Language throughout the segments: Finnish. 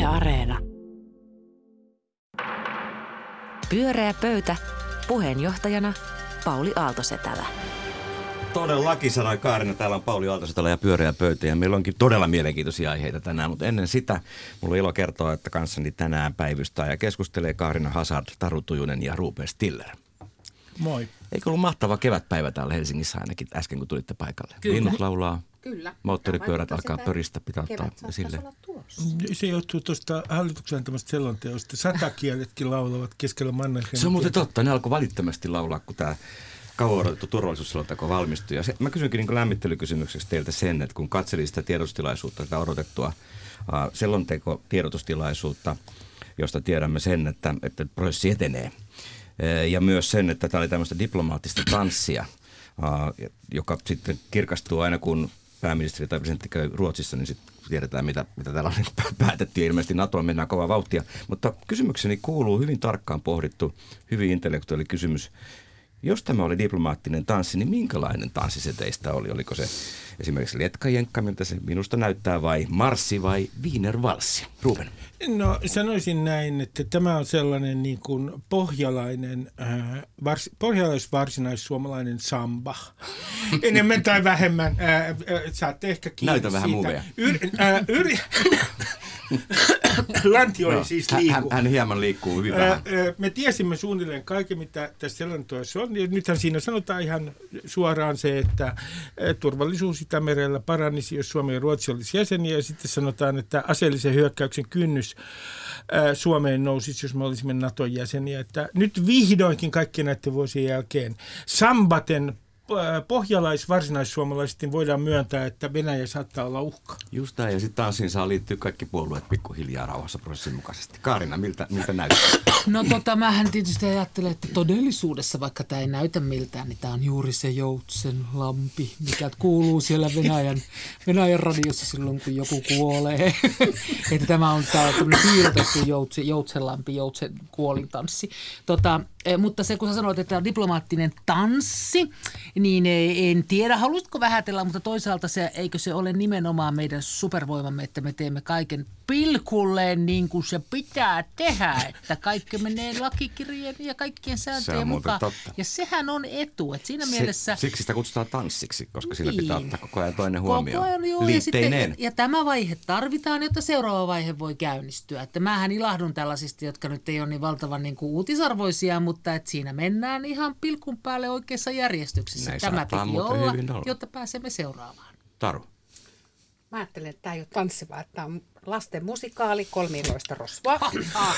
Areena. Pyöreä pöytä. Puheenjohtajana Pauli Aaltosetälä. Todellakin sanoi Kaarina. Täällä on Pauli Aaltosetälä ja pyöreä pöytä. Ja meillä onkin todella mielenkiintoisia aiheita tänään. Mutta ennen sitä mulla on ilo kertoa, että kanssani tänään päivystää ja keskustelee Kaarina Hazard, Taru Tujunen ja Ruben Stiller. Moi. Eikö ollut mahtava kevätpäivä täällä Helsingissä ainakin äsken, kun tulitte paikalle? Kyllä. Linnut laulaa. Kyllä. Moottoripyörät alkaa pöristä, pitää ottaa esille. Se johtuu tuosta hallituksen antamasta selonteosta. Satakieletkin laulavat keskellä Mannerheimin. Se on muuten totta. Ne alkoi välittömästi laulaa, kun tämä kauan odotettu turvallisuusselonteko valmistui. Ja mä kysynkin niin lämmittelykysymykseksi teiltä sen, että kun katselin sitä tiedotustilaisuutta, tätä odotettua selonteko-tiedotustilaisuutta, josta tiedämme sen, että prosessi etenee. Ja myös sen, että tämä oli tämmöistä diplomaattista tanssia, joka sitten kirkastuu aina, kun pääministeri tai presidentti käy Ruotsissa, niin sitten tiedetään, mitä täällä on päätetty. Ilmeisesti NATOon mennään kovaa vauhtia. Mutta kysymykseni kuuluu hyvin tarkkaan pohdittu, hyvin intellektuaali kysymys. Jos tämä oli diplomaattinen tanssi, niin minkälainen tanssi se teistä oli? Oliko se esimerkiksi letkajenkka, miltä se minusta näyttää, vai marssi vai wienervalssi? Ruben. No sanoisin näin, että tämä on sellainen niin kuin pohjalais-varsinaissuomalainen samba. Enemmän tai vähemmän. Saatte ehkä kiinni näytä vähän siitä. Lanti oli siis liiku. Hän hieman liikkuu hyvin vähän. Me tiesimme suunnilleen kaiken, mitä tässä selonteossa on. Ja nythän siinä sanotaan ihan suoraan se, että turvallisuus Itämerellä paranisi, jos Suomi ja Ruotsi olisi jäseniä. Ja sitten sanotaan, että aseellisen hyökkäyksen kynnys Suomeen nousisi, jos me olisimme Naton jäseniä. Että nyt vihdoinkin kaikkien näiden vuosien jälkeen sambaten pohjalais-varsinaissuomalaisesti voidaan myöntää, että Venäjä saattaa olla uhka. Just näin, ja sitten tanssiin saa liittyä kaikki puolueet pikkuhiljaa rauhassa prosessin mukaisesti. Kaarina, miltä näyttää? No mähän tietysti ajattelen, että todellisuudessa, vaikka tämä ei näytä miltään, niin tämä on juuri se Joutsenlampi, mikä kuuluu siellä Venäjän radiossa silloin, kun joku kuolee. Että tämä on tämmöinen piirrotettu Joutsenlampi, Joutsen kuolintanssi. Mutta se, kun sä sanoit, että tämä on diplomaattinen tanssi, niin en tiedä, haluaisitko vähätellä, mutta toisaalta eikö se ole nimenomaan meidän supervoimamme, että me teemme kaiken pilkulleen niin kuin se pitää tehdä, että kaikki menee lakikirjeen ja kaikkien sääntöjen mukaan. Totta. Ja sehän on etu, että siinä mielessä... Siksi sitä kutsutaan tanssiksi, koska siinä pitää ottaa koko ajan toinen huomioon. Koko ajan, joo, ja tämä vaihe tarvitaan, jotta seuraava vaihe voi käynnistyä. Että mähän ilahdun tällaisista, jotka nyt ei ole niin valtavan niin kuin uutisarvoisia, mutta että siinä mennään ihan pilkun päälle oikeassa järjestyksessä. Näin tämä piti olla, olla, jotta pääsemme seuraavaan. Taru. Mä ajattelen, että tämä ei ole tanssiva, että tämä on lasten musikaali, Kolmiloista rosvoa.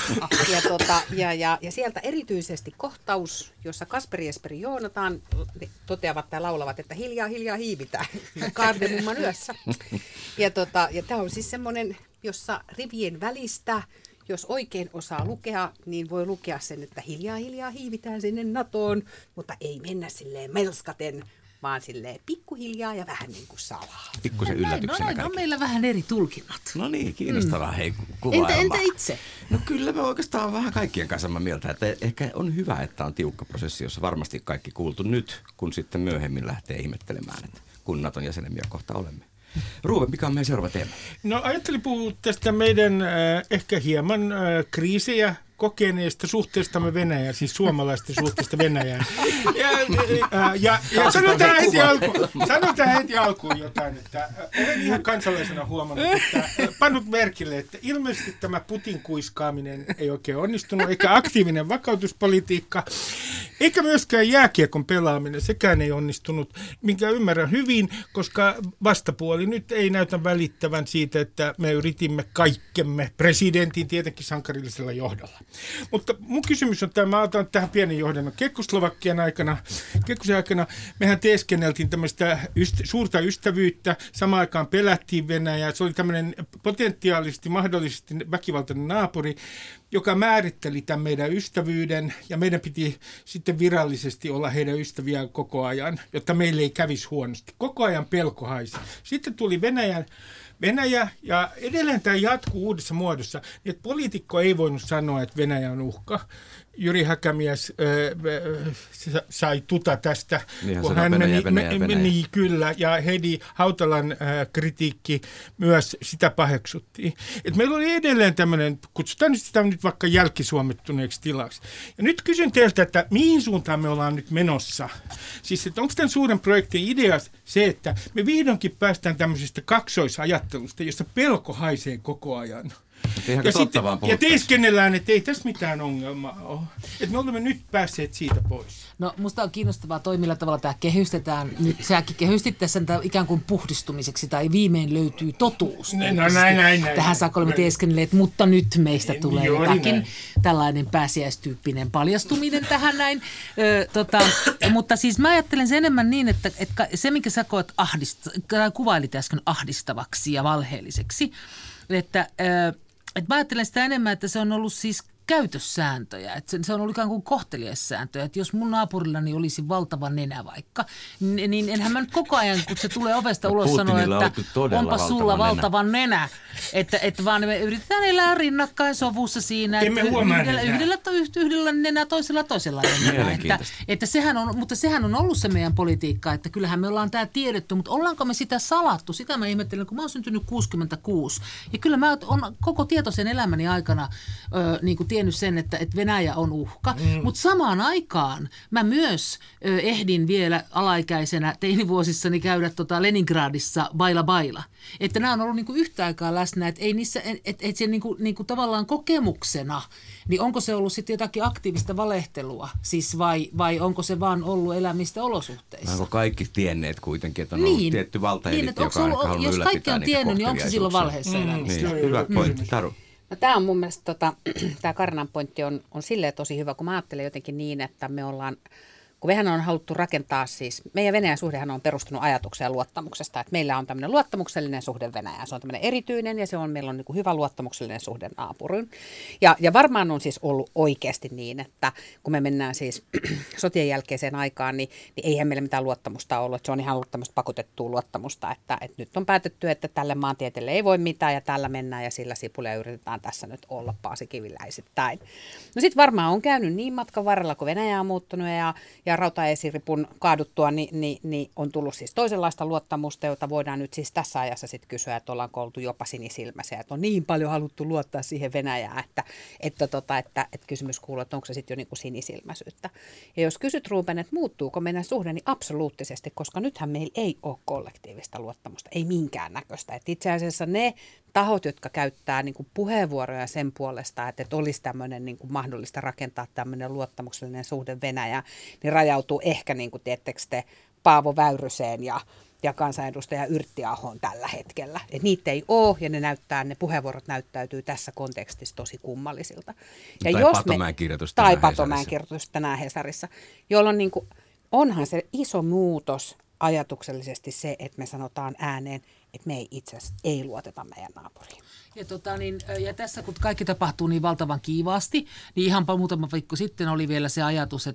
Ja sieltä erityisesti kohtaus, jossa Kasperi, Jesperi, Joonatan toteavat tai laulavat, että hiljaa, hiljaa hiivitään Kardemumman yössä. Ja tämä on siis semmoinen, jossa rivien välistä, jos oikein osaa lukea, niin voi lukea sen, että hiljaa, hiljaa hiivitään sinne NATOon, mutta ei mennä silleen melskaten, vaan silleen pikkuhiljaa ja vähän niin kuin salaa. Pikkusen yllätyksenä kaikki. On meillä vähän eri tulkinnat. No niin, kiinnostavaa. Hei, kuvailma. Entä itse? No kyllä me oikeastaan vähän kaikkien kanssa samaa mieltä, että ehkä on hyvä, että on tiukka prosessi, jossa varmasti kaikki kuultu nyt, kun sitten myöhemmin lähtee ihmettelemään, että kun Naton jäsenemiä kohta olemme. Ruben, mikä on meidän seuraava teema? No ajattelin puhua tästä meidän ehkä hieman kriisejä kokeneesta suhteestamme Venäjään, siis suomalaisten suhteesta Venäjään. Ja sanotaan heti alkuun jotain, että olen ihan kansalaisena huomannut, että pannut merkille, että ilmeisesti tämä Putin kuiskaaminen ei oikein onnistunut, eikä aktiivinen vakautuspolitiikka, eikä myöskään jääkiekon pelaaminen, sekään ei onnistunut, minkä ymmärrän hyvin, koska vastapuoli nyt ei näytä välittävän siitä, että me yritimme kaikkemme presidentin tietenkin sankarillisella johdolla. Mutta mun kysymys on tämä, mä otan tähän pienen johdannon. Kekkoslovakian aikana, mehän teeskenneltiin tämmöistä suurta ystävyyttä, samaan aikaan pelättiin Venäjää. Se oli tämmöinen potentiaalisesti, mahdollisesti väkivaltainen naapuri, joka määritteli tämän meidän ystävyyden, ja meidän piti sitten virallisesti olla heidän ystäviään koko ajan, jotta meille ei kävisi huonosti. Koko ajan pelko haisi. Sitten tuli Venäjä, ja edelleen tämä jatkuu uudessa muodossa, niin että poliitikko ei voinut sanoa, että Venäjä on uhka. Jyri Häkämies sai tuta tästä, kun hän meni kyllä, ja Heidi Hautalan kritiikki myös sitä paheksuttiin. Et meillä oli edelleen tämmöinen, kutsutaan sitä nyt vaikka jälkisuomettuneeksi tilaksi. Ja nyt kysyn teiltä, että mihin suuntaan me ollaan nyt menossa? Siis, että onko tämän suuren projektin idea se, että me vihdoinkin päästään tämmöisestä kaksoisajattelusta, jossa pelko haisee koko ajan. Ja teeskennellään, että ei tässä mitään ongelmaa ole. Että me olemme nyt päässeet siitä pois. No musta on kiinnostavaa toi, millä tavalla tämä kehystetään. Nyt säkin kehystit tässä ikään kuin puhdistumiseksi tai viimein löytyy totuus. No näin. Tähän saakka olemme teeskennelleet, mutta nyt meistä tulee jotakin tällainen pääsiäistyyppinen paljastuminen tähän näin. Mutta siis mä ajattelen sen enemmän niin, että se minkä sä koet kuvailit äsken ahdistavaksi ja valheelliseksi, että mä ajattelen sitä enemmän, että se on ollut siis käytössääntöjä, että se on ollut ikään kuin kohteliaissääntöjä, että jos mun naapurillani olisi valtava nenä vaikka, niin enhän mä nyt koko ajan, kun se tulee ovesta ulos sanoa, että onpa sulla valtava nenä, että vaan me yritetään elää rinnakkain sovussa siinä, että yhdellä nenä, toisella nenä, että sehän on ollut se meidän politiikka, että kyllähän me ollaan tää tiedetty, mutta ollaanko me sitä salattu, sitä mä ihmettelen, kun mä oon syntynyt 66, ja kyllä mä oon koko tietoisen elämäni aikana niin kuin tiennyt sen, että Venäjä on uhka, mutta samaan aikaan mä myös ehdin vielä alaikäisenä teinivuosissani käydä Leningradissa baila. Että nämä on ollut niinku yhtä aikaa läsnä, että ei niissä, että se niinku tavallaan kokemuksena, niin onko se ollut sitten jotakin aktiivista valehtelua, siis vai onko se vaan ollut elämistä olosuhteissa? Onko kaikki tienneet kuitenkin, että on ollut tietty valtaeliitti, joka on ehkä halunnut ylläpitää niitä. Jos kaikki on tiennyt, niin onko se silloin valheessa elämistä? Niin, hyvä pointti. Taru. No, tämä on mun mielestä, tämä Karinan pointti on silleen tosi hyvä, kun mä ajattelen jotenkin niin, että me ollaan, kun mehän on haluttu rakentaa siis, meidän Venäjän suhdehan on perustunut ajatukseen luottamuksesta, että meillä on tämmöinen luottamuksellinen suhde Venäjään, se on tämmöinen erityinen ja meillä on niin kuin hyvä luottamuksellinen suhde naapuriin. Ja varmaan on siis ollut oikeasti niin, että kun me mennään siis sotien jälkeiseen aikaan, niin eihän meillä mitään luottamusta ollut, että se on ihan ollut tämmöistä pakotettua luottamusta, että nyt on päätetty, että tälle maantieteelle ei voi mitään ja tällä mennään ja sillä sipulia yritetään tässä nyt olla paasikiviläisittäin. No sitten varmaan on käynyt niin matkan varrella, kun Venäjä on muuttunut ja rautaesiripun kaaduttua, niin on tullut siis toisenlaista luottamusta, jota voidaan nyt siis tässä ajassa sitten kysyä, että ollaanko oltu jopa sinisilmäisiä, että on niin paljon haluttu luottaa siihen Venäjään, että kysymys kuuluu, että onko se sitten jo niin kuin sinisilmäisyyttä. Ja jos kysyt Ruben, että muuttuuko meidän suhde, niin absoluuttisesti, koska nythän meillä ei ole kollektiivista luottamusta, ei minkään näköistä. Että itse asiassa ne tahot, jotka käyttää niin kuin puheenvuoroja sen puolesta, että olisi tämmöinen niin kuin mahdollista rakentaa tämmöinen luottamuksellinen suhde Venäjään, niin rajautuu ehkä, niin kuin tiedättekö te, Paavo Väyryseen ja kansanedustaja Yrttiahoon tällä hetkellä. Et niitä ei ole ja ne puheenvuorot näyttäytyy tässä kontekstissa tosi kummallisilta. Ja tai Patomäen kirjoitus tänään Hesarissa, jolloin niin kuin, onhan se iso muutos ajatuksellisesti se, että me sanotaan ääneen, että me itse asiassa ei luoteta meidän naapuriin. Ja tässä kun kaikki tapahtuu niin valtavan kiivaasti, niin ihan muutama viikko sitten oli vielä se ajatus,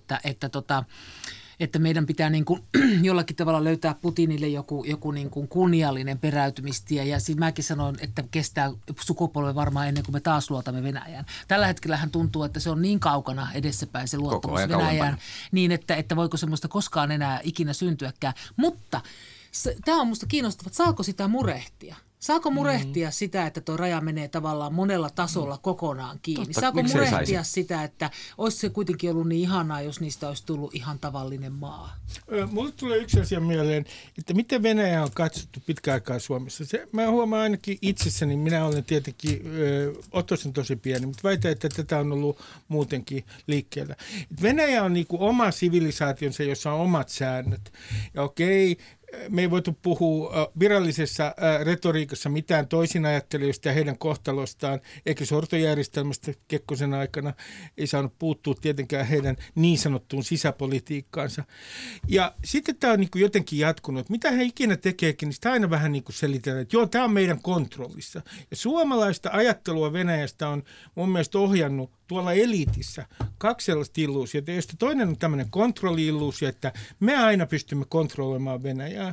että meidän pitää niin kuin jollakin tavalla löytää Putinille joku niin kuin kunniallinen peräytymistie. Ja siis mäkin sanoin, että kestää sukupolven varmaan ennen kuin me taas luotamme Venäjään. Tällä hetkellähän tuntuu, että se on niin kaukana edessäpäin se luottamus Venäjään, niin että voiko semmoista koskaan enää ikinä syntyäkään. Mutta tämä on musta kiinnostavaa, että saako sitä murehtia? Saako murehtia sitä, että tuo raja menee tavallaan monella tasolla kokonaan kiinni? Totta, saako murehtia sitä, että olisi se kuitenkin ollut niin ihanaa, jos niistä olisi tullut ihan tavallinen maa? Mulle tulee yksi asia mieleen, että miten Venäjä on katsottu pitkään aikaa Suomessa. Mä huomaan ainakin itsessäni, minä olen tietenkin, Otos on tosi pieni, mutta väitän, että tätä on ollut muutenkin liikkeellä. Venäjä on niin kuin oma sivilisaationsa, jossa on omat säännöt. Ja okei, me ei voitu puhua virallisessa retoriikassa mitään toisinajattelijoista ja heidän kohtalostaan, eikä sortojärjestelmästä Kekkosen aikana ei saanut puuttua tietenkään heidän niin sanottuun sisäpolitiikkaansa. Ja sitten tämä on niin kuin jotenkin jatkunut. Mitä he ikinä tekeekin, niin sitä aina vähän niin kuin selitellään, että joo, tämä on meidän kontrollissa. Ja suomalaista ajattelua Venäjästä on mun mielestä ohjannut tuolla eliitissä 2 sellaista illuusiota, josta toinen on tämmöinen kontrolli-illuusio, että me aina pystymme kontrolloimaan Venäjää.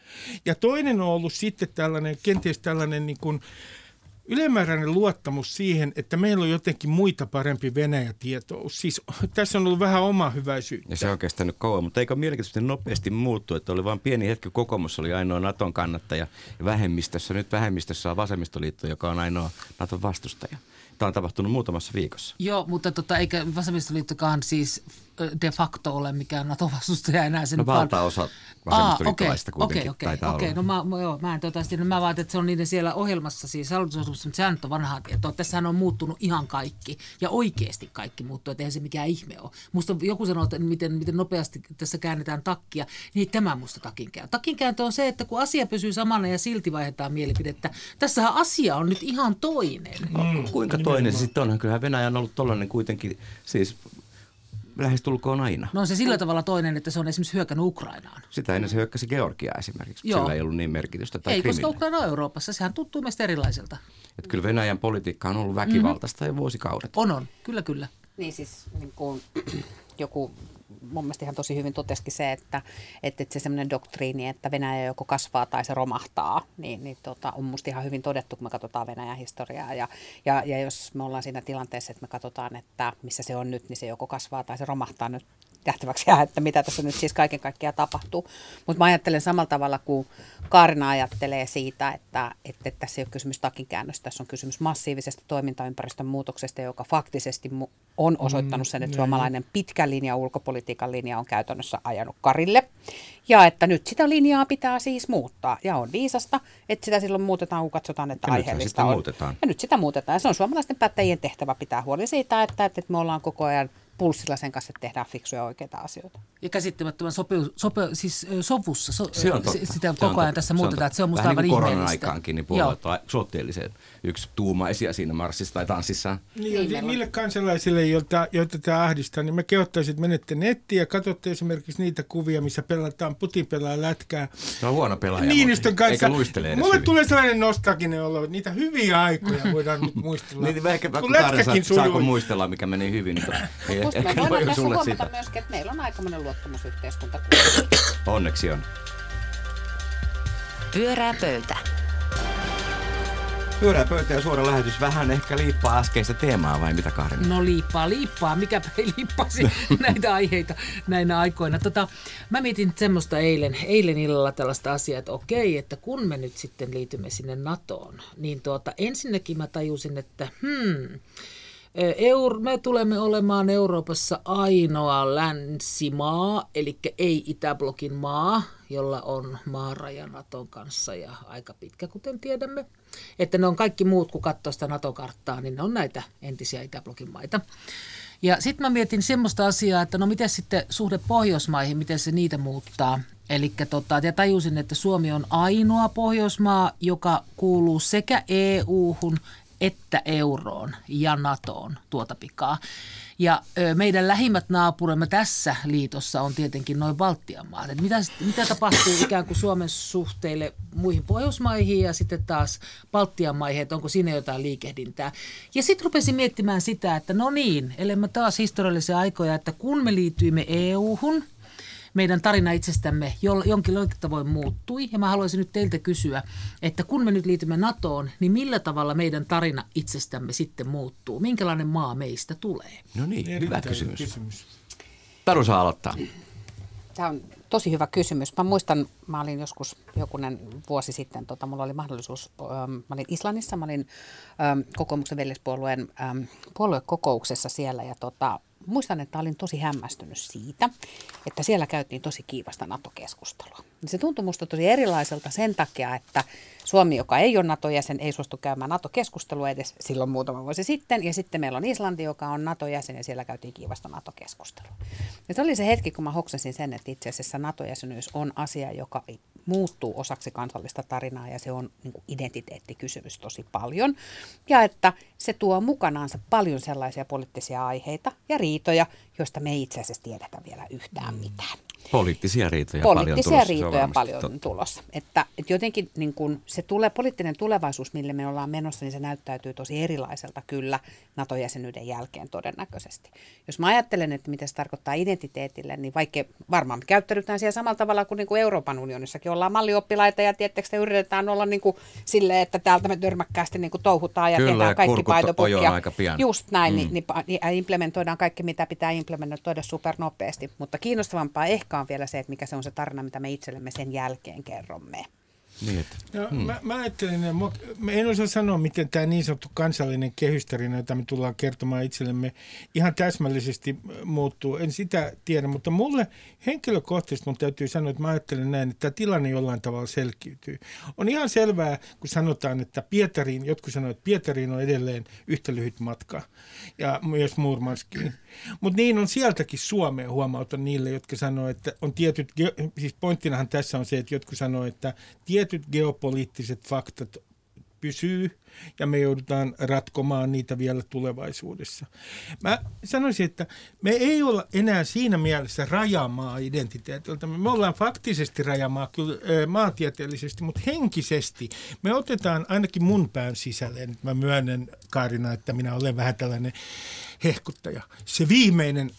Ja toinen on ollut sitten kenties tällainen niin kuin ylimääräinen luottamus siihen, että meillä on jotenkin muita parempi Venäjä-tietous. Siis tässä on ollut vähän oma hyväisyyttä. Ja se on kestänyt kauan, mutta eikö mielenkiintoisesti nopeasti muuttu, että oli vain pieni hetki, kokoomus oli ainoa Naton kannattaja ja vähemmistössä. Nyt vähemmistössä on vasemmistoliitto, joka on ainoa Naton vastustaja. Tämä on tapahtunut muutamassa viikossa. Joo, mutta eikä vasemmistoliittokaan siis de facto ole mikään NATO-vastustaja enää. Sen valtaosa vasemmistoliittolaista kuitenkin taitaa olla. No mä en mä vaan, että se on niiden siellä ohjelmassa, siis hallitusohjelmassa, mutta sehän on vanhaa tietoa. Tässähän on muuttunut ihan kaikki ja oikeasti kaikki muuttuu, että eihän se mikään ihme ole. Musta joku sanoo, että miten nopeasti tässä käännetään takkia, niin ei tämä musta takinkääntö. Takinkääntö on se, että kun asia pysyy samana ja silti vaihdetaan mielipidettä. Tässähän asia on nyt ihan toinen. Kuinka toinen se sitten on? Kyllähän Venäjä on ollut tollainen kuitenkin siis lähestulkoon aina. No on se sillä tavalla toinen, että se on esimerkiksi hyökännyt Ukrainaan. Sitä ennen se hyökkäsi Georgiaa esimerkiksi. Joo. Sillä ei ollut niin merkitystä. Tai ei, Krimillä. koska Ukraina on Euroopassa. Sehän tuntuu meistä erilaiselta. Että kyllä Venäjän politiikka on ollut väkivaltaista jo vuosikaudet. On. Kyllä. Niin siis niin kuin joku mun mielestä ihan tosi hyvin totesikin se, että se semmoinen doktriini, että Venäjä joko kasvaa tai se romahtaa, niin on musta ihan hyvin todettu, kun me katsotaan Venäjän historiaa. Ja jos me ollaan siinä tilanteessa, että me katsotaan, että missä se on nyt, niin se joko kasvaa tai se romahtaa nyt nähtäväksi jää, että mitä tässä nyt siis kaiken kaikkiaan tapahtuu. Mutta mä ajattelen samalla tavalla kuin Kaarina ajattelee siitä, että tässä ei ole kysymys takinkäännöstä, tässä on kysymys massiivisesta toimintaympäristön muutoksesta, joka faktisesti on osoittanut sen, että suomalainen pitkä linja, ulkopolitiikan linja on käytännössä ajanut karille. Ja että nyt sitä linjaa pitää siis muuttaa. Ja on viisasta, että sitä silloin muutetaan, kun katsotaan, että aiheellista on. Ja nyt sitä muutetaan. Ja se on suomalaisten päättäjien tehtävä pitää huoli siitä, että me ollaan koko ajan pulssilla sen kanssa, että tehdään fiksuja oikeita asioita. Ja käsittämättömän sovussa. Se on totta. Sitä koko ajan tässä muutetaan, että se on musta aivan ihmeellistä. ihmeellistä. Vähän niin kuin korona-aikaankin, niin puolueet on suhteellisen yksituumaisia siinä marssissa tai tanssissa. Niin, niille kansalaisille, joita tämä ahdistaa, niin mä kehottaisin, että menette nettiin ja katsotte esimerkiksi niitä kuvia, missä Putin pelaa lätkää. Se on huono pelaaja. Niinistön kanssa. Eikä luistele edes mulle hyvin. tulee sellainen nostalginen olo, että niitä hyviä aikoja voidaan nyt muistella. Niin ehkä saako muistella, mikä meni hyvin. Niin musta me voidaan tässä huomata myöskin, että meillä on aikamoinen luottamusyhteiskunta. Onneksi on. Pyörää pöytä. Pyörää pöytä ja suora lähetys vähän ehkä liippaa äskeistä teemaa vai mitä Kaarina? No liippaa. Mikäpä ei liippasi näitä aiheita näinä aikoina. Mä mietin semmoista eilen illalla tällaista asiaa, että okei, että kun me nyt sitten liitymme sinne NATOon, niin ensinnäkin mä tajusin, että me tulemme olemaan Euroopassa ainoa länsimaa, eli ei Itäblokin maa, jolla on maaraja NATOn kanssa ja aika pitkä, kuten tiedämme. Että ne on kaikki muut, kun katsoo sitä NATO-karttaa, niin ne on näitä entisiä Itäblokin maita. Ja sitten mä mietin semmoista asiaa, että no miten sitten suhde Pohjoismaihin, miten se niitä muuttaa. Eli ja tajusin, että Suomi on ainoa Pohjoismaa, joka kuuluu sekä EU-hun että euroon ja NATOon tuota pikaa. Ja meidän lähimmät naapurimme tässä liitossa on tietenkin noin Baltian maat. Mitä tapahtuu ikään kuin Suomen suhteille muihin Pohjoismaihin ja sitten taas Baltian maihin, että onko siinä jotain liikehdintää. Ja sitten rupesin miettimään sitä, että no niin, elämme taas historiallisia aikoja, että kun me liityimme EU-hun, meidän tarina itsestämme jonkinlainen tavoin muuttui. Ja mä haluaisin nyt teiltä kysyä, että kun me nyt liitymme NATOon, niin millä tavalla meidän tarina itsestämme sitten muuttuu? Minkälainen maa meistä tulee? No niin, hyvä kysymys. Taru saa aloittaa. Tämä on tosi hyvä kysymys. Mä muistan, mä olin joskus jokunen vuosi sitten, mulla oli mahdollisuus, mä olin Islannissa, mä olin kokoomuksen veljespuolueen puoluekokouksessa siellä ja muistan, että olin tosi hämmästynyt siitä, että siellä käytiin tosi kiivasta NATO-keskustelua. Se tuntui musta tosi erilaiselta sen takia, että Suomi, joka ei ole NATO-jäsen, ei suostu käymään NATO-keskustelua edes silloin muutama vuosi sitten. Ja sitten meillä on Islanti, joka on NATO-jäsen ja siellä käytiin kiivasta NATO-keskustelua. Ja se oli se hetki, kun mä hoksasin sen, että itse asiassa NATO-jäsenyys on asia, joka muuttuu osaksi kansallista tarinaa ja se on niin kuin identiteettikysymys tosi paljon. Ja että se tuo mukanaansa paljon sellaisia poliittisia aiheita ja riitoja, joista me ei itse asiassa tiedetä vielä yhtään mitään. Poliittisia riitoja paljon tulossa. Että jotenkin niin kun se poliittinen tulevaisuus, mille me ollaan menossa, niin se näyttäytyy tosi erilaiselta kyllä NATO-jäsenyyden jälkeen todennäköisesti. Jos mä ajattelen, että mitä se tarkoittaa identiteetille, niin vaikka varmaan käyttäydytään siellä samalla tavalla kuin, Euroopan unionissakin ollaan mallioppilaita ja tietysti yritetään olla niin kuin silleen, että täältä me törmäkkäästi niin kuin touhutaan ja kyllä, tehdään kaikki paitopukkia. Aika pian. Just näin, niin implementoidaan kaikki, mitä pitää implementoida supernopeasti. Mutta kiinnostavampaa ehkä on vielä se, että mikä se on se tarina, mitä me itsellemme sen jälkeen kerromme. Niin, mä ajattelin, mä en osaa sanoa, miten tämä niin sanottu kansallinen kehystarina, jota me tullaan kertomaan itsellemme, ihan täsmällisesti muuttuu. En sitä tiedä, mutta mulle henkilökohtaisesti mun täytyy sanoa, että mä ajattelen näin, että tämä tilanne jollain tavalla selkiytyy. On ihan selvää, kun sanotaan, että jotkut sanoo, että Pietariin on edelleen yhtä lyhyt matka, ja myös Murmanskiin. Mutta niin on sieltäkin Suomeen, huomautan niille, jotka sanoo, että on tietyt, siis pointtinahan tässä on se, että jotkut sanoo, että tietyt geopoliittiset faktat pysyy ja me joudutaan ratkomaan niitä vielä tulevaisuudessa. Mä sanoisin, että me ei olla enää siinä mielessä rajamaa identiteetiltä. Me ollaan faktisesti rajamaa kyllä maantieteellisesti, mutta henkisesti me otetaan ainakin mun pään sisälle. Nyt mä myönnän, Kaarina, että minä olen vähän tällainen hehkuttaja. Se viimeinen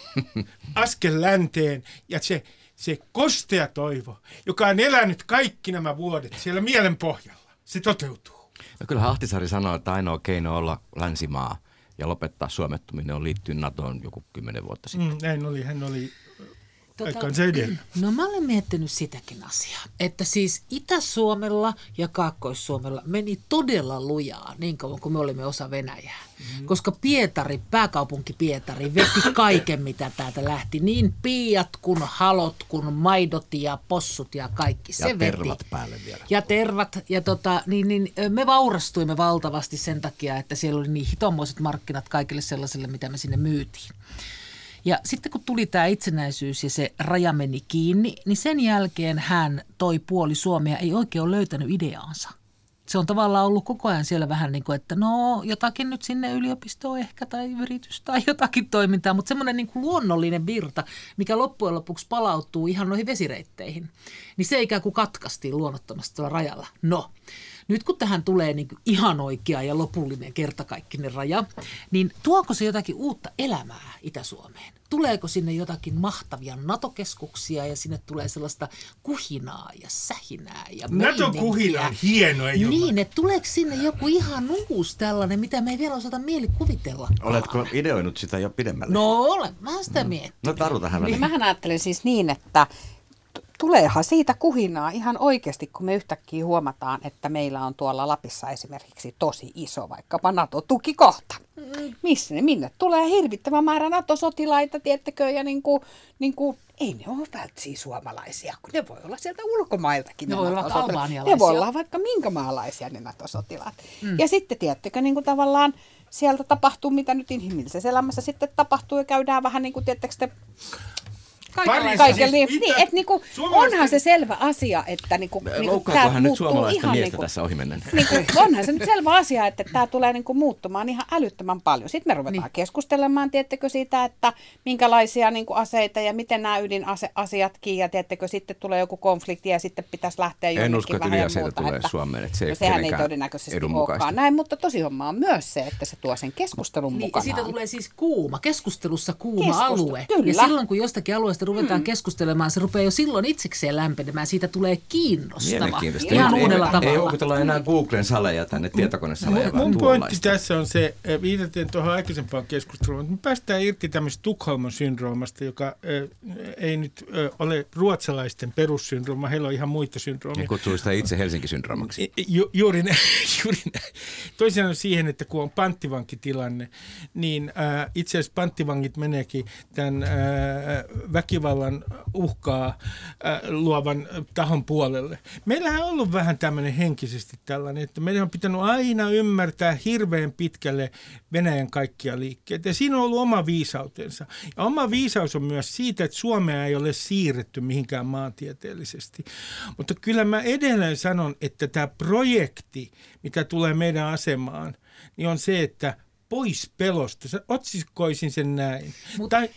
askel länteen ja se kostea toivo, joka on elänyt kaikki nämä vuodet siellä mielen pohjalla, se toteutuu. No kyllähän Ahtisaari sanoi, että ainoa keino olla länsimaa ja lopettaa suomettuminen on liittyä NATOon joku 10 vuotta sitten. Näin oli, hän oli aikansa edellä. No mä olen miettinyt sitäkin asiaa, että siis Itä-Suomella ja Kaakkois-Suomella meni todella lujaa niin kauan kuin me olimme osa Venäjää. Koska pääkaupunki Pietari veti kaiken, mitä täältä lähti. Niin piiat kuin halot kuin maidot ja possut ja kaikki. Se ja tervat veti. Päälle vielä. Ja tervat. Ja me vaurastuimme valtavasti sen takia, että siellä oli niin hitomoiset markkinat kaikille sellaiselle, mitä me sinne myytiin. Ja sitten kun tuli tämä itsenäisyys ja se raja meni kiinni, niin sen jälkeen toi puoli Suomea ei oikein ole löytänyt ideaansa. Se on tavallaan ollut koko ajan siellä vähän niin kuin, että jotakin nyt sinne yliopistoon ehkä tai yritys tai jotakin toimintaa, mutta semmoinen niin kuin luonnollinen virta, mikä loppujen lopuksi palautuu ihan noihin vesireitteihin, niin se ikään kuin katkaistiin luonnottomasti tuolla rajalla. No, nyt kun tähän tulee niin kuin ihan oikea ja lopullinen kertakaikkinen raja, niin tuoko se jotakin uutta elämää Itä-Suomeen? Tuleeko sinne jotakin mahtavia NATO-keskuksia ja sinne tulee sellaista kuhinaa ja sähinää ja NATO-kuhina on hieno, ei niin, että tuleeko sinne joku ihan uusi tällainen, mitä me ei vielä osata mielikuvitella? Oletko ideoinut sitä jo pidemmälle? No olen, mä sitä miettinyt. No Taru tähän väliin. Mähän ajattelen siis niin, että tuleehan siitä kuhinaa ihan oikeasti, kun me yhtäkkiä huomataan, että meillä on tuolla Lapissa esimerkiksi tosi iso vaikkapa NATO-tukikohta. Minne tulee hirvittävä määrä NATO-sotilaita, tiettäkö, ja ei ne ole välttämättä suomalaisia, kun ne voi olla sieltä ulkomailtakin. Ne voi olla albanialaisia. Ne voi olla vaikka minkä maalaisia ne NATO-sotilaat. Ja sitten tiettäkö, tavallaan sieltä tapahtuu, mitä nyt inhimillisessä elämässä sitten tapahtuu, ja käydään vähän niin kuin, tiettäkö te, onhan se selvä asia, että loukkaakohan nyt suomalaista miestä tässä ohimennen? Onhan se nyt selvä asia, että tämä tulee muuttumaan ihan älyttömän paljon. Sitten me ruvetaan keskustelemaan, tiettekö siitä, että minkälaisia aseita ja miten nämä ydinasiatkin, ja tiettekö sitten tulee joku konflikti ja sitten pitäisi lähteä jonnekin. En usko, että ydinaseita tulee Suomeen, että se ei sehän ei todennäköisesti olekaan näin, mutta tosihomma on myös se, että se tuo sen keskustelun mukanaan. Ja siitä tulee siis keskustelussa kuuma alue. Kyllä. Ja silloin, kun jostakin alueesta ruvetaan keskustelemaan, se rupeaa jo silloin itsekseen lämpenemään. Siitä tulee kiinnostava. Ihan uudella tavalla. Ei houkutella enää Googlen saleja tänne, tietokonesaleja. Mun pointti tässä on se, viitaten tuohon aikaisempaan keskusteluun, että me päästään irti tämmöistä Tukholman-syndroomasta, joka ei nyt ole ruotsalaisten perussyndrooma, heillä on ihan muita syndroomia. Ja kutsuu sitä itse Helsinki-syndroomaksi. Juuri näin. Toisin on siihen, että kun on panttivankitilanne, niin itse asiassa panttivangit meneekin tämän väkivallan uhkaa luovan tahon puolelle. Meillähän on ollut vähän tämmöinen henkisesti tällainen, että meidän on pitänyt aina ymmärtää hirveän pitkälle Venäjän kaikkia liikkeitä. Ja siinä on ollut oma viisautensa. Ja oma viisaus on myös siitä, että Suomea ei ole siirretty mihinkään maantieteellisesti. Mutta kyllä mä edelleen sanon, että tämä projekti, mikä tulee meidän asemaan, niin on se, että pois pelosta. Otsikoisin sen näin.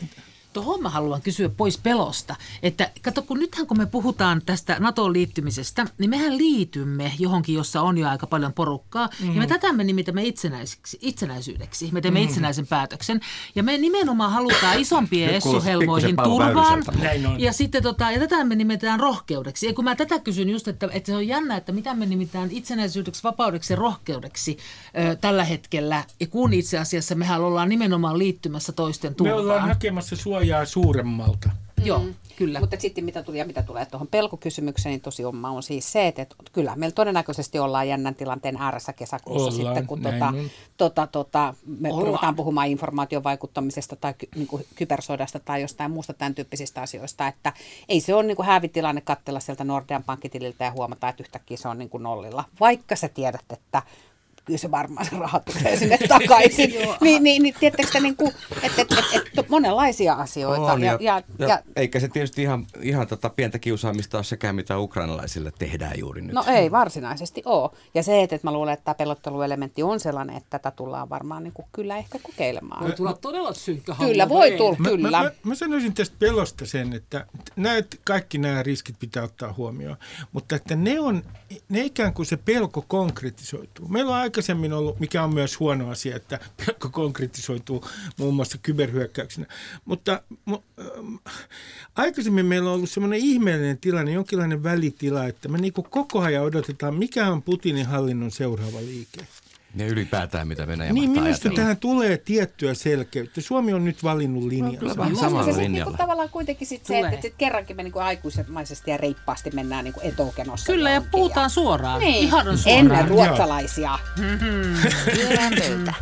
Tuohon mä haluan kysyä pois pelosta, että kato, kun me puhutaan tästä NATOon liittymisestä, niin mehän liitymme johonkin, jossa on jo aika paljon porukkaa, ja me tätä me nimitämme itsenäisyydeksi. Me teemme itsenäisen päätöksen, ja me nimenomaan halutaan isompien essuhelmoihin turvaan, ja sitten ja tätä me nimetään rohkeudeksi. Ja kun mä tätä kysyn just, että se on jännä, että mitä me nimitään itsenäisyydeksi, vapaudeksi ja rohkeudeksi tällä hetkellä, ja kun itse asiassa mehän ollaan nimenomaan liittymässä toisten turvaan. Me ollaan hakemassa suojaa suuremmalta. Joo, kyllä. Mutta sitten mitä tulee tuohon pelkokysymykseen, niin tosi on siis se, että kyllä meillä todennäköisesti ollaan jännän tilanteen ääressä kesäkuussa sitten, kun me ruvetaan puhumaan informaation vaikuttamisesta tai niinku kybersodasta tai jostain muusta tämän tyyppisistä asioista, että ei se ole niinku häävitilanne katsella sieltä Nordean pankkitililtä ja huomata, että yhtäkkiä se on niinku nollilla, vaikka sä tiedät, että kyllä se varmaan se raha tulee sinne takaisin. niin tiedättekö että monenlaisia asioita. Ja eikä se tietysti ihan pientä kiusaamista ole sekään, mitä ukrainalaisille tehdään juuri nyt. No ei varsinaisesti ole. Ja se, että mä luulen, että tämä pelotteluelementti on sellainen, että tätä tullaan varmaan niin kuin kyllä ehkä kokeilemaan. Voi tulla todella synkkä. Kyllä, voi tulla, kyllä. Mä sanoisin tästä pelosta sen, että kaikki nämä riskit pitää ottaa huomioon, mutta että ne ikään kuin se pelko konkretisoituu. Meillä on aikaisemmin ollut, mikä on myös huono asia, että pelko konkretisoituu muun muassa kyberhyökkäyksenä. Mutta aikaisemmin meillä on ollut semmoinen ihmeellinen tilanne, jonkinlainen välitila, että me niin kuin koko ajan odotetaan, mikä on Putinin hallinnon seuraava liike. Ja ylipäätään, mitä Venäjä niin, mahtaa minusta ajatella. tähän tulee tiettyä selkeyttä. Suomi on nyt valinnut linjansa. Vähän samalla se linjalla. tavallaan kuitenkin se, että kerrankin me aikuisemaisesti ja reippaasti mennään etokenossa. Kyllä, ja puhutaan suoraan. Niin. Ihan suoraan. Ennen ruotsalaisia. Pyöreä pöytä.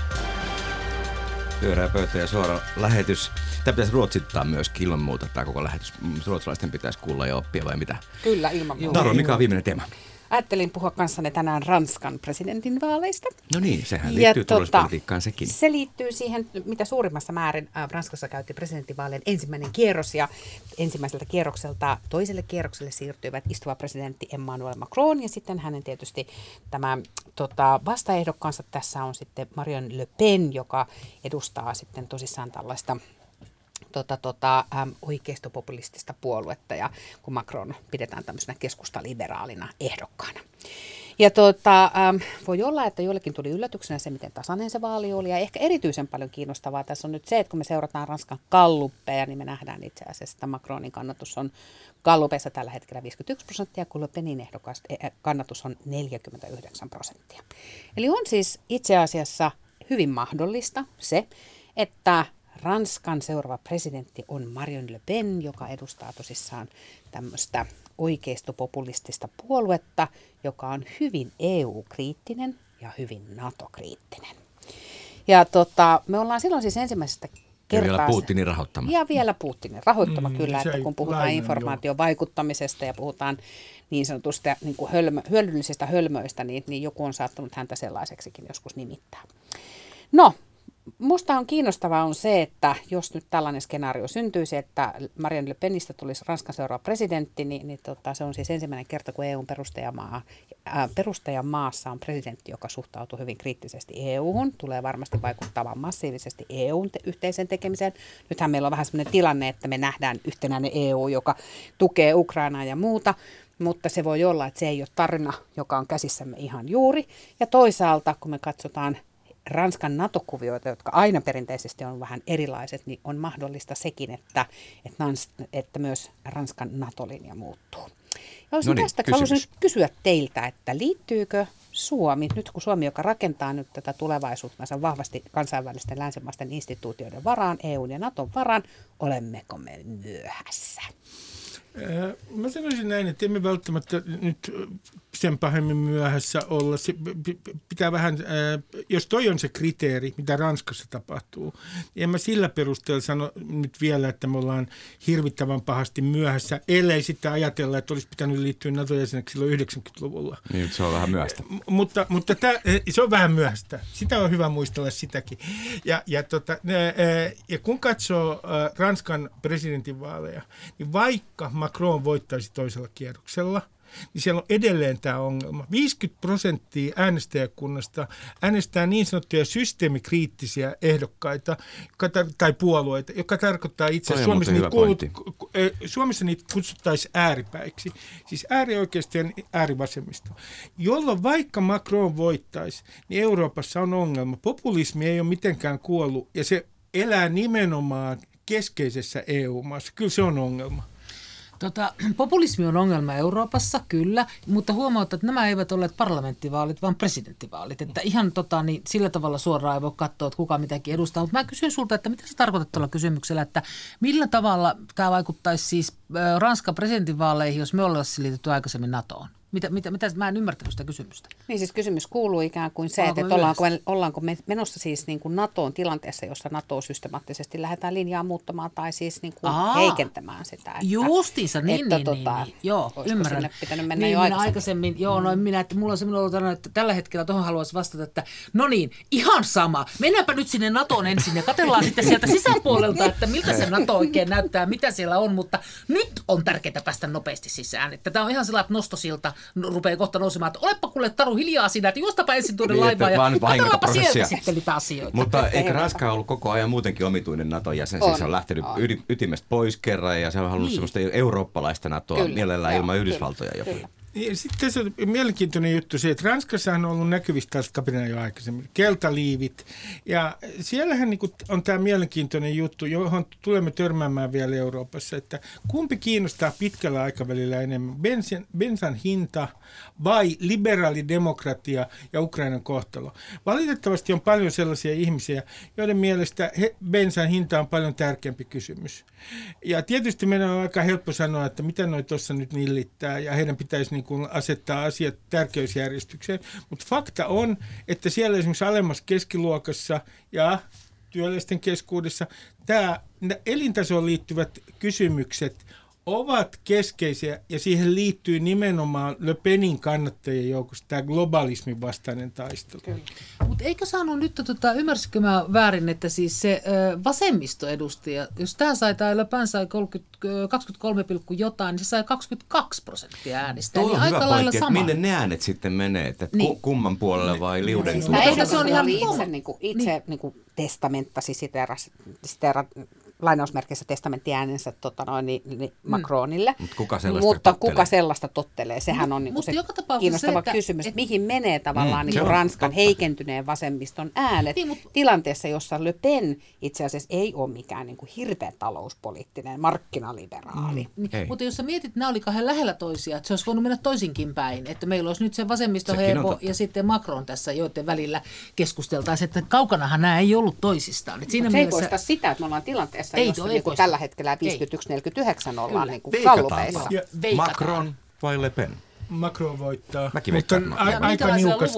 Pyöreä pöytä ja suora lähetys. Tämä pitäisi ruotsittaa myöskin ilman muuta, tämä koko lähetys. Ruotsalaisten pitäisi kuulla ja oppia vai mitä? Kyllä, ilman muuta. Taro, mikä on viimeinen teema? Ajattelin puhua kanssanne tänään Ranskan presidentinvaaleista. No niin, sehän liittyy turvallisuuspolitiikkaan sekin. Se liittyy siihen, mitä suurimmassa määrin Ranskassa käytiin presidentinvaalien ensimmäinen kierros, ja ensimmäiseltä kierrokselta toiselle kierrokselle siirtyivät istuva presidentti Emmanuel Macron, ja sitten hänen tietysti tämä vastaehdokkaansa tässä on sitten Marine Le Pen, joka edustaa sitten tosissaan tällaista oikeistopopulistista puoluetta, ja kun Macron pidetään tämmöisenä keskustaliberaalina ehdokkaana. Ja voi olla, että joillekin tuli yllätyksenä se, miten tasainen se vaali oli, ja ehkä erityisen paljon kiinnostavaa tässä on nyt se, että kun me seurataan Ranskan galluppeja, niin me nähdään itse asiassa, että Macronin kannatus on gallupeissa tällä hetkellä 51%, kun Le Penin kannatus on 49%. Eli on siis itse asiassa hyvin mahdollista se, että Ranskan seuraava presidentti on Marine Le Pen, joka edustaa tosissaan tämmöistä oikeistopopulistista puoluetta, joka on hyvin EU-kriittinen ja hyvin NATO-kriittinen. Ja me ollaan silloin siis ensimmäisestä kertaa... Ja vielä Putinin rahoittama. Ja vielä Putinin rahoittama, kyllä, että kun puhutaan lainan, informaation vaikuttamisesta ja puhutaan niin sanotusta niin kuin hyödyllisistä hölmöistä, niin joku on saattanut häntä sellaiseksikin joskus nimittää. No, musta on kiinnostavaa on se, että jos nyt tällainen skenaario syntyisi, että Marine Le Penistä tulisi Ranskan seuraava presidentti, niin se on siis ensimmäinen kerta, kun EUn perustajamaassa on presidentti, joka suhtautuu hyvin kriittisesti EU:hun, tulee varmasti vaikuttamaan massiivisesti EUn yhteiseen tekemiseen. Nythän meillä on vähän sellainen tilanne, että me nähdään yhtenäinen EU, joka tukee Ukrainaa ja muuta, mutta se voi olla, että se ei ole tarina, joka on käsissämme ihan juuri. Ja toisaalta, kun me katsotaan Ranskan NATO-kuvioita, jotka aina perinteisesti on vähän erilaiset, niin on mahdollista sekin, että myös Ranskan NATO-linja muuttuu. Ja haluaisin kysyä teiltä, että liittyykö Suomi, nyt kun Suomi, joka rakentaa nyt tätä tulevaisuuttansa vahvasti kansainvälisten länsimaisten instituutioiden varaan, EUn ja NATOn varaan, olemmeko me myöhässä? Mä sanoisin näin, että emme välttämättä nyt sen pahemmin myöhässä olla. Se pitää vähän, jos toi on se kriteeri, mitä Ranskassa tapahtuu, niin en mä sillä perusteella sano nyt vielä, että me ollaan hirvittävän pahasti myöhässä, ellei sitten ajatella, että olisi pitänyt liittyä NATO-jäseneksi silloin 90-luvulla. Niin, se on vähän myöhäistä. Mutta se on vähän myöhäistä. Sitä on hyvä muistella sitäkin. Ja kun katsoo Ranskan presidentinvaaleja, niin vaikka Macron voittaisi toisella kierroksella, niin siellä on edelleen tämä ongelma. 50% äänestäjäkunnasta äänestää niin sanottuja systeemikriittisiä ehdokkaita tai puolueita, joka tarkoittaa itse asiassa Suomessa niitä kutsuttaisiin ääripäiksi, siis äärioikeisto ja äärivasemmisto, jolloin vaikka Macron voittaisi, niin Euroopassa on ongelma. Populismi ei ole mitenkään kuollut ja se elää nimenomaan keskeisessä EU-maassa. Kyllä se on ongelma. Populismi on ongelma Euroopassa, kyllä, mutta huomauta, että nämä eivät olleet parlamenttivaalit, vaan presidenttivaalit. Että ihan niin sillä tavalla suoraan ei voi katsoa, että kuka mitäkin edustaa. Mutta mä kysyn sulta, että mitä sä tarkoitat tuolla kysymyksellä, että millä tavalla tämä vaikuttaisi siis Ranskan presidentinvaaleihin, jos me oltaisiin liitetty aikaisemmin NATOon? Mitä, mä en ymmärtänyt sitä kysymystä. Niin siis kysymys kuuluu ikään kuin se, että ollaanko me menossa siis niin kuin NATOon tilanteessa, jossa NATO systemaattisesti lähdetään linjaa muuttamaan tai siis niin kuin heikentämään sitä. Että, justiinsa, niin. Joo, ymmärrän. Sinne pitänyt mennä jo aikaisemmin? Joo, että mulla on semmoinen ollut, että tällä hetkellä tuohon haluaisin vastata, että no niin, ihan sama. Mennäänpä nyt sinne NATOon ensin ja katsellaan sitten sieltä sisäpuolelta, että miltä se NATO oikein näyttää, mitä siellä on, mutta nyt on tärkeää päästä nopeasti sisään. Että tämä on ihan sellainen nostosilta. Rupeaa kohta nousemaan, että olepa kuule Taru hiljaa siinä, että juostapa ensin tuonne laivaan ja katsotaanpa sieltä sitten niitä asioita. Mutta eikö Ranska ollut koko ajan muutenkin omituinen NATO jäsen? Siis se on lähtenyt ytimestä pois kerran ja se on halunnut semmoista eurooppalaista NATOa mielellään ilman Yhdysvaltoja jopa. Sitten tässä on mielenkiintoinen juttu se, että Ranskassahan on ollut näkyvissä taas kapina jo aikaisemmin, keltaliivit. Ja siellähän on tämä mielenkiintoinen juttu, johon tulemme törmäämään vielä Euroopassa, että kumpi kiinnostaa pitkällä aikavälillä enemmän, bensan hinta vai liberaalidemokratia ja Ukrainan kohtalo. Valitettavasti on paljon sellaisia ihmisiä, joiden mielestä bensan hinta on paljon tärkeämpi kysymys. Ja tietysti meidän on aika helppo sanoa, että mitä noi tuossa nyt nillittää ja heidän pitäisi kun asettaa asiat tärkeysjärjestykseen. Mutta fakta on, että siellä esimerkiksi alemmassa keskiluokassa ja työläisten keskuudessa tämä elintasoon liittyvät kysymykset ovat keskeisiä ja siihen liittyy nimenomaan Le Penin kannattajien joukossa tämä globalismin vastainen taistelu. Mutta eikö saanut nyt, ymmärsikö mä väärin, että siis se vasemmistoedustaja, jos tämä sai, tai Le Pen sai 23, jotain, niin se sai 22% äänistä. Tuo on aika hyvä lailla pointti, sama. että minne ne äänet sitten menee, että kumman puolelle vai liuden? Mutta se on ihan itse testamenttasi lainausmerkeissä testamenttiäänensä Macronille. Mutta kuka sellaista tottelee? Sehän on se kiinnostava kysymys. Mihin menee tavallaan Ranskan heikentyneen vasemmiston äänet tilanteessa, jossa Le Pen itse asiassa ei ole mikään hirveän talouspoliittinen markkinaliberaali. Mutta jos sä mietit, nämä oli kahden lähellä toisia, että se olisi voinut mennä toisinkin päin. Että meillä olisi nyt se vasemmistoherbo ja sitten Macron tässä, joiden välillä keskusteltaisiin, että kaukanahan nämä ei ollut toisistaan. Se ei poista sitä, että me ollaan tilanteessa, jossa tällä hetkellä 51-49 ollaan gallupeissa. Macron vai Le Pen? Macron voittaa, mutta aika niukasti.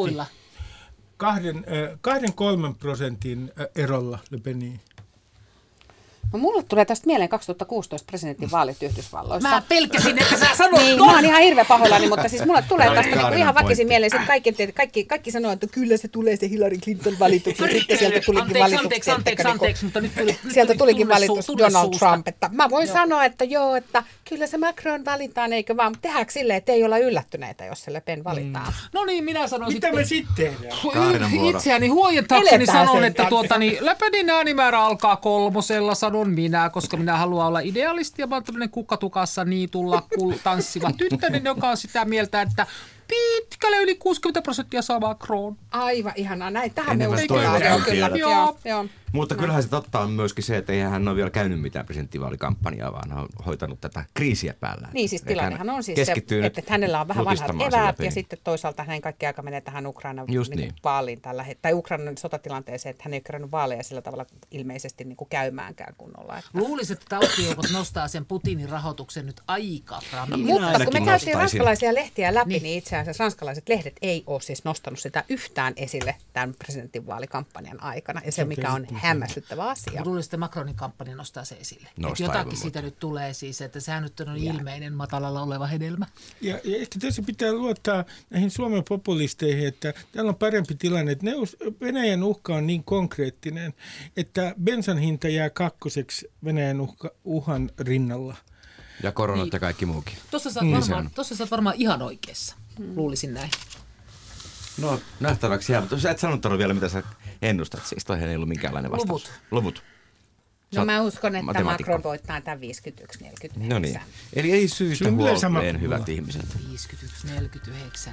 2-3% erolla Le Peniin. No mulle tulee tästä mieleen 2016 presidentinvaalit Yhdysvalloissa. Mä pelkäsin, että sä sanoit niin, mä oon ihan hirveän pahoillani, mutta siis mulle tulee tästä ihan väkisin mieleen, että kaikki sanoo, että kyllä se tulee se Hillary Clinton valitus, ja sitten sieltä tulikin valitus. Anteeksi, mutta nyt sieltä tulikin valitus Donald Trump. Että mä voin sanoa, että joo, että kyllä se Macron valitaan, eikö vaan, mutta tehdäänkö silleen, että ei olla yllättyneitä, jos se Le Pen valitaan. No niin, minä sanon mitä me sitten tehdään? Itseäni huojentakseni sanon, että Le Penin äänimäärä alkaa 3, sanon minä, koska minä haluan olla idealisti ja mä oon tämmöinen kukkatukassa niitulla tanssiva tyttönen, joka on sitä mieltä, että pitkälle yli 60% saa Macron. Aivan ihanaa. Näin tähän enemmän me uskotaan. Kyllä. Joo. Mutta kyllähän se totta on myöskin se, että eihän hän ole vielä käynyt mitään presidenttivaalikampanjaa, vaan hän on hoitanut tätä kriisiä päällä. Niin siis tilannehan on siis se, että hänellä on vähän vanhat eväät ja sitten toisaalta hänen kaikki aika menee tähän Ukrainan vaaliin tai Ukrainan sotatilanteeseen, että hän ei kerännyt vaaleja sillä tavalla ilmeisesti käymäänkään kunnolla. Luulisin, että tautijoukot nostaa sen Putinin rahoituksen nyt aika ramiin. Mutta kun me käytiin ranskalaisia lehtiä läpi, niin itse asiassa ranskalaiset lehdet ei ole siis nostanut sitä yhtään esille tämän presidentinvaalikampanjan aikana. Ja se, mikä on hämmästyttävä asia. Luulisin, että Macronin kampanja nostaa se esille. Että jotakin siitä nyt tulee siis, että sehän nyt on ilmeinen matalalla oleva hedelmä. Ja ehkä tässä pitää luottaa näihin Suomen populisteihin, että täällä on parempi tilanne. Että Venäjän uhka on niin konkreettinen, että bensan hinta jää kakkoseksi Venäjän uhan rinnalla. Ja koronat ja kaikki muukin. Tuossa sä oot varmaan ihan oikeassa, luulisin näin. No nähtäväksi jää, mutta sä et sanottanut vielä, mitä sä ennustat. Siis toihan ei ollut minkäänlainen vastaus. Luvut. No mä uskon, että Macron voittaa tämän 51-49. No niin. Eli ei syystä huoleen, hyvät ihmiset. 51-49.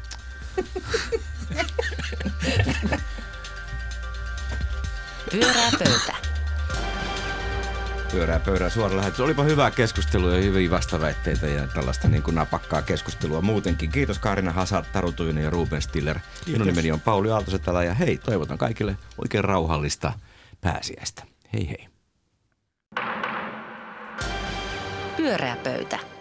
Pyörää pöytä. Pyörää pöydää suora lähetys. Olipa hyvää keskustelua ja hyviä vastaväitteitä ja tällaista niin kuin napakkaa keskustelua muutenkin. Kiitos Kaarina Hazard, Taru Tuinen ja Ruben Stiller. Minun nimeni on Pauli Aaltosetälä ja hei, toivotan kaikille oikein rauhallista pääsiäistä. Hei hei. Pyörää pöytä.